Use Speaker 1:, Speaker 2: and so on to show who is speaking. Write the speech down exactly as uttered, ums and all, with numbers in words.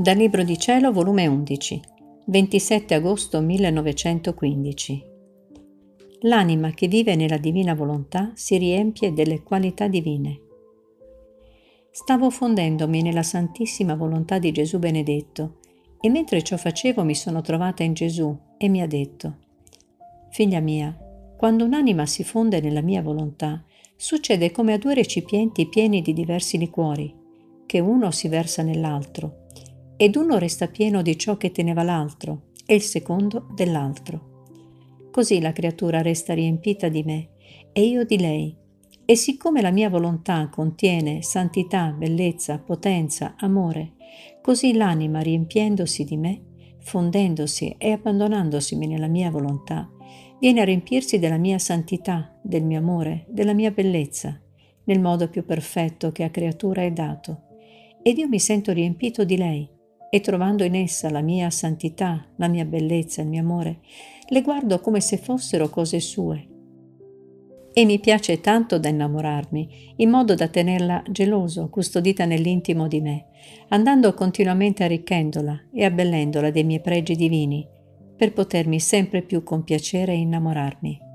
Speaker 1: Dal Libro di Cielo, volume undici, ventisette agosto millenovecentoquindici. L'anima che vive nella divina volontà si riempie delle qualità divine. Stavo fondendomi nella santissima volontà di Gesù benedetto e mentre ciò facevo mi sono trovata in Gesù e mi ha detto: «Figlia mia, quando un'anima si fonde nella mia volontà, succede come a due recipienti pieni di diversi liquori, che uno si versa nell'altro, ed uno resta pieno di ciò che teneva l'altro, e il secondo dell'altro. Così la creatura resta riempita di me, e io di lei. E siccome la mia volontà contiene santità, bellezza, potenza, amore, così l'anima riempiendosi di me, fondendosi e abbandonandosi nella mia volontà, viene a riempirsi della mia santità, del mio amore, della mia bellezza, nel modo più perfetto che a creatura è dato. Ed io mi sento riempito di lei, e trovando in essa la mia santità, la mia bellezza, il mio amore, le guardo come se fossero cose sue. E mi piace tanto da innamorarmi, in modo da tenerla geloso, custodita nell'intimo di me, andando continuamente arricchendola e abbellendola dei miei pregi divini, per potermi sempre più compiacere e innamorarmi.